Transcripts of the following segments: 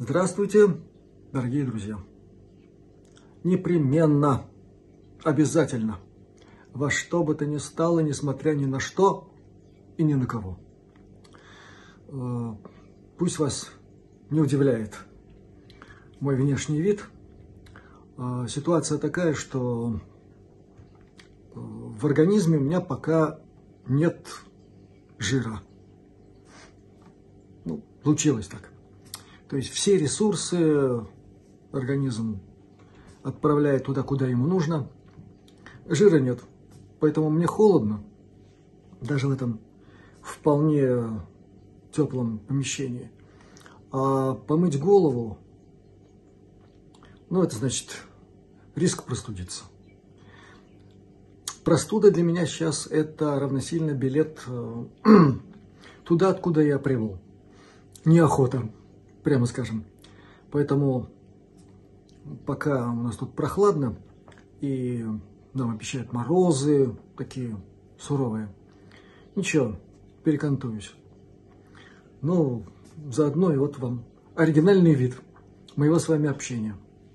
Здравствуйте, дорогие друзья! Непременно, обязательно, во что бы то ни стало, несмотря ни на что и ни на кого. Пусть вас не удивляет мой внешний вид. Ситуация такая, что в организме у меня пока нет жира. Получилось так. То есть все ресурсы организм отправляет туда, куда ему нужно. Жира нет. Поэтому мне холодно, даже в этом вполне теплом помещении. А помыть голову, это значит риск простудиться. Простуда для меня сейчас это равносильно билет туда, откуда я прибыл. Неохота, прямо скажем. Поэтому пока у нас тут прохладно и нам обещают морозы такие суровые, ничего, перекантуюсь. Заодно и вот вам оригинальный вид моего с вами общения.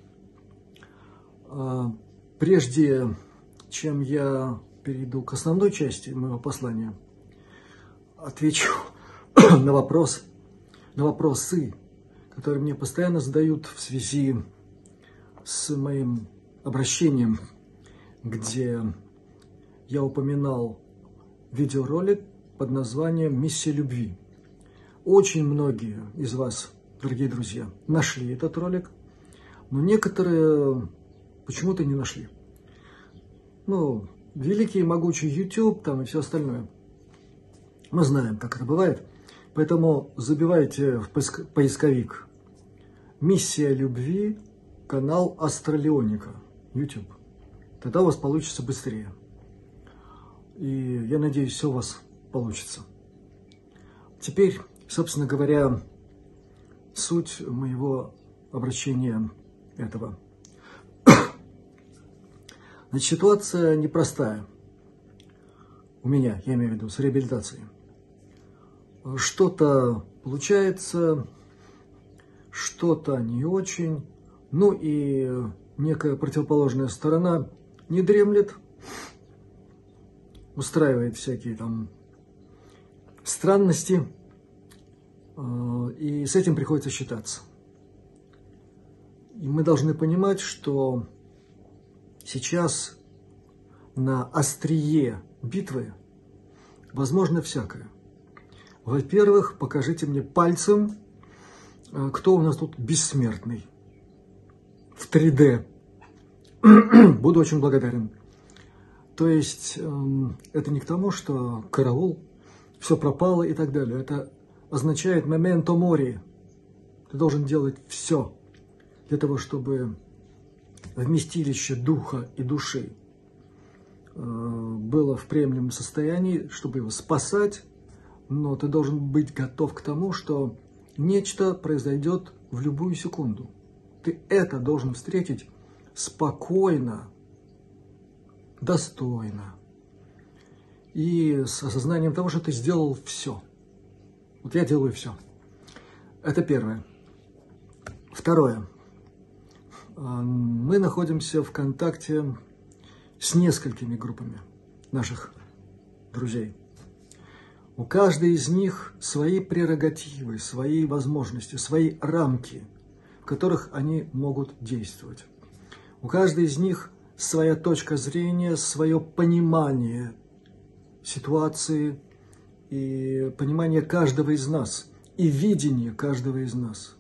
Прежде чем я перейду к основной части моего послания, отвечу на вопросы, которые мне постоянно задают в связи с моим обращением, где я упоминал видеоролик под названием «Миссия любви». Очень многие из вас, дорогие друзья, нашли этот ролик, но некоторые почему-то не нашли. Великий и могучий YouTube там и все остальное. Мы знаем, как это бывает. Поэтому забивайте в поисковик «Миссия любви», канал Астралионика, YouTube. Тогда у вас получится быстрее. И я надеюсь, все у вас получится. Теперь, собственно говоря, суть моего обращения этого. Значит, ситуация непростая. У меня, я имею в виду, с реабилитацией. Что-то получается, что-то не очень. И некая противоположная сторона не дремлет, устраивает всякие там странности, и с этим приходится считаться. И мы должны понимать, что сейчас на острие битвы возможно всякое. Во-первых, покажите мне пальцем, кто у нас тут бессмертный в 3D. Буду очень благодарен. То есть это не к тому, что караул, все пропало и так далее. Это означает моменто мори. Ты должен делать все для того, чтобы вместилище духа и души было в приемлемом состоянии, чтобы его спасать. Но ты должен быть готов к тому, что нечто произойдет в любую секунду. Ты это должен встретить спокойно, достойно и с осознанием того, что ты сделал все. Вот я делаю все. Это первое. Второе. Мы находимся в контакте с несколькими группами наших друзей. У каждой из них свои прерогативы, свои возможности, свои рамки, в которых они могут действовать. У каждой из них своя точка зрения, свое понимание ситуации и понимание каждого из нас, и видение каждого из нас.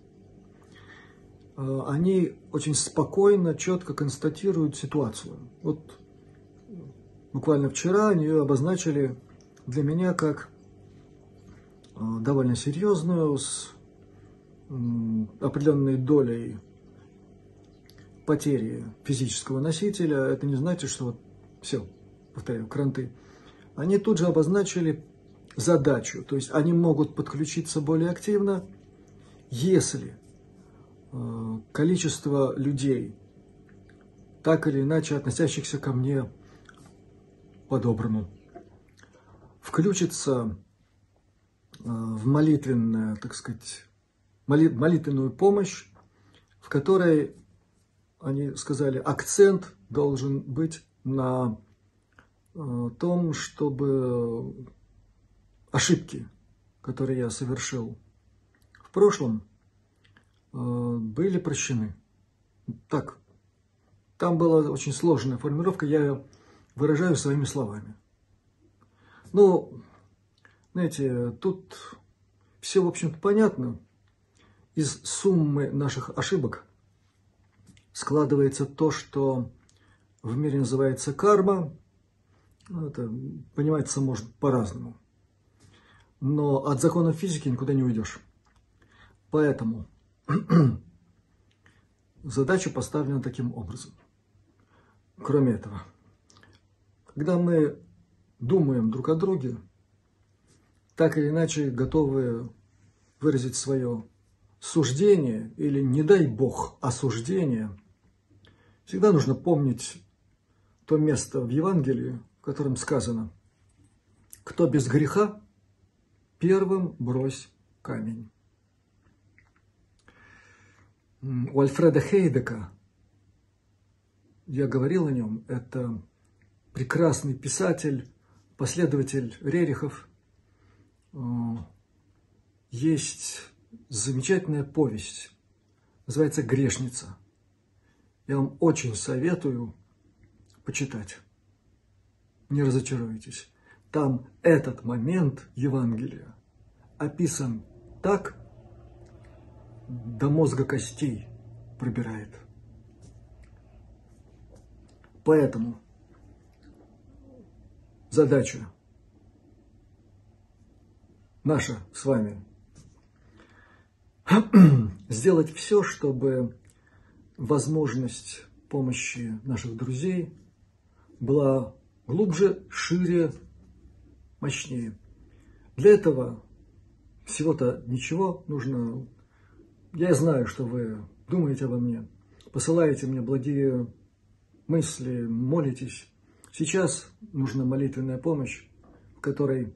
Они очень спокойно, четко констатируют ситуацию. Вот буквально вчера они ее обозначили для меня как довольно серьезную, с определенной долей потери физического носителя. Это не значит, что вот все, повторяю, кранты. Они тут же обозначили задачу, то есть они могут подключиться более активно, если количество людей, так или иначе относящихся ко мне по-доброму, включится в молитвенное, так сказать, молитвенную помощь, в которой, они сказали, акцент должен быть на том, чтобы ошибки, которые я совершил в прошлом, были прощены. Так, там была очень сложная формулировка, я ее выражаю своими словами. Ну, знаете, тут все, в общем-то, понятно. Из суммы наших ошибок складывается то, что в мире называется карма. Это понимается может по-разному. Но от законов физики никуда не уйдешь. Поэтому задача поставлена таким образом. Кроме этого, когда мы думаем друг о друге, так или иначе готовы выразить свое суждение или, не дай бог, осуждение, всегда нужно помнить то место в Евангелии, в котором сказано: «Кто без греха, первым брось камень». У Альфреда Хейдека, я говорил о нем, это прекрасный писатель, последователь Рерихов. Есть замечательная повесть, называется «Грешница». Я вам очень советую почитать. Не разочаруйтесь. Там этот момент Евангелия описан так, до мозга костей пробирает. Поэтому задача наша с вами сделать все, чтобы возможность помощи наших друзей была глубже, шире, мощнее. Для этого всего-то ничего нужно. Я знаю, что вы думаете обо мне, посылаете мне благие мысли, молитесь. Сейчас нужна молитвенная помощь, в которой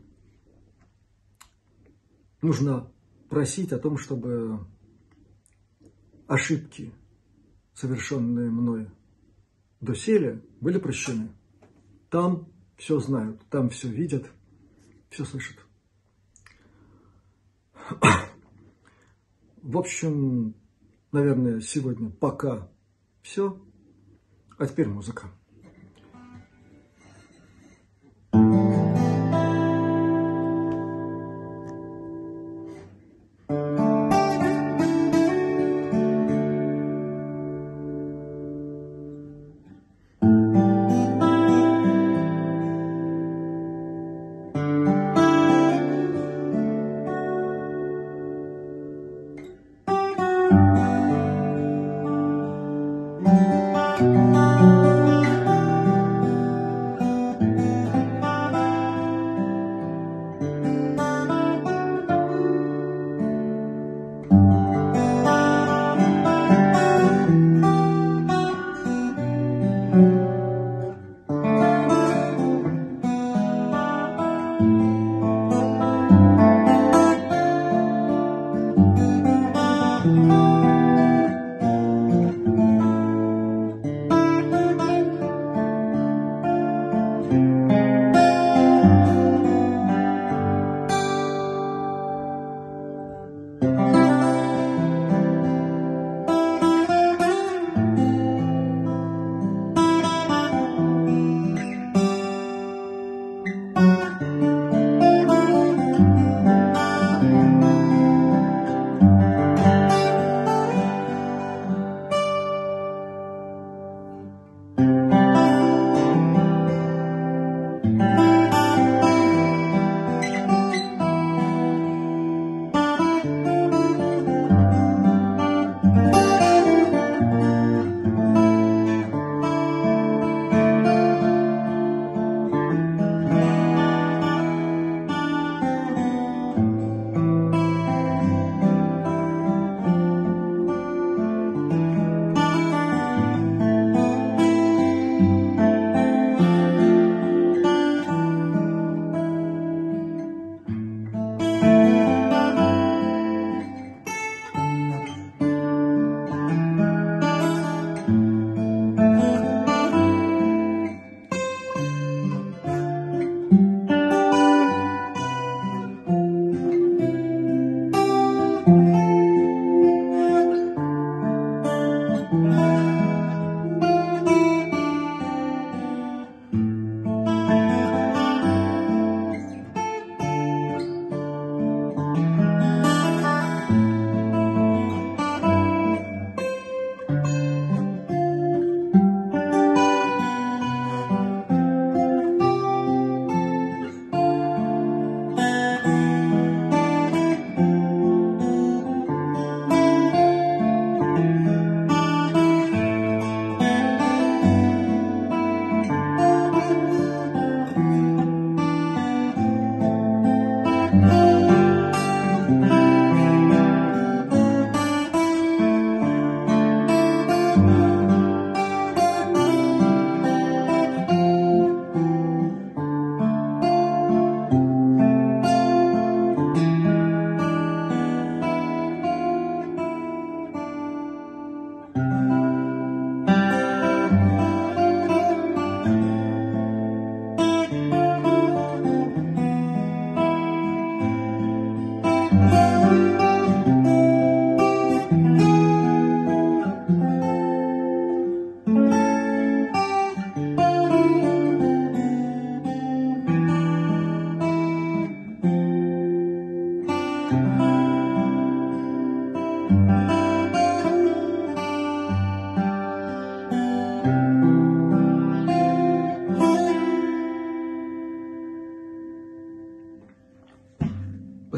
нужно просить о том, чтобы ошибки, совершенные мной доселе, были прощены. Там все знают, там все видят, все слышат. В общем, наверное, сегодня пока все. А теперь музыка.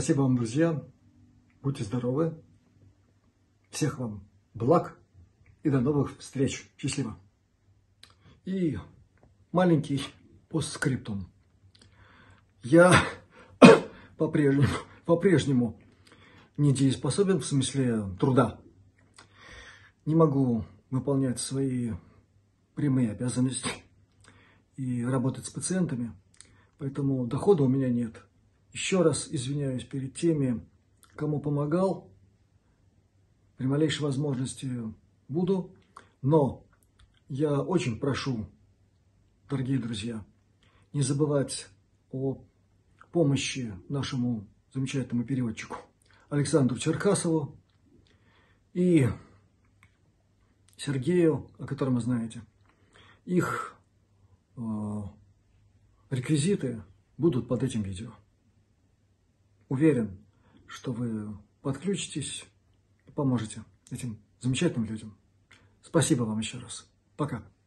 Спасибо вам, друзья. Будьте здоровы. Всех вам благ и до новых встреч. Счастливо. И маленький постскриптум. Я по-прежнему недееспособен в смысле труда. Не могу выполнять свои прямые обязанности и работать с пациентами, поэтому дохода у меня нет. Еще раз извиняюсь перед теми, кому помогал. При малейшей возможности буду, но я очень прошу, дорогие друзья, не забывать о помощи нашему замечательному переводчику Александру Черкасову и Сергею, о котором вы знаете. Их реквизиты будут под этим видео. Уверен, что вы подключитесь и поможете этим замечательным людям. Спасибо вам еще раз. Пока.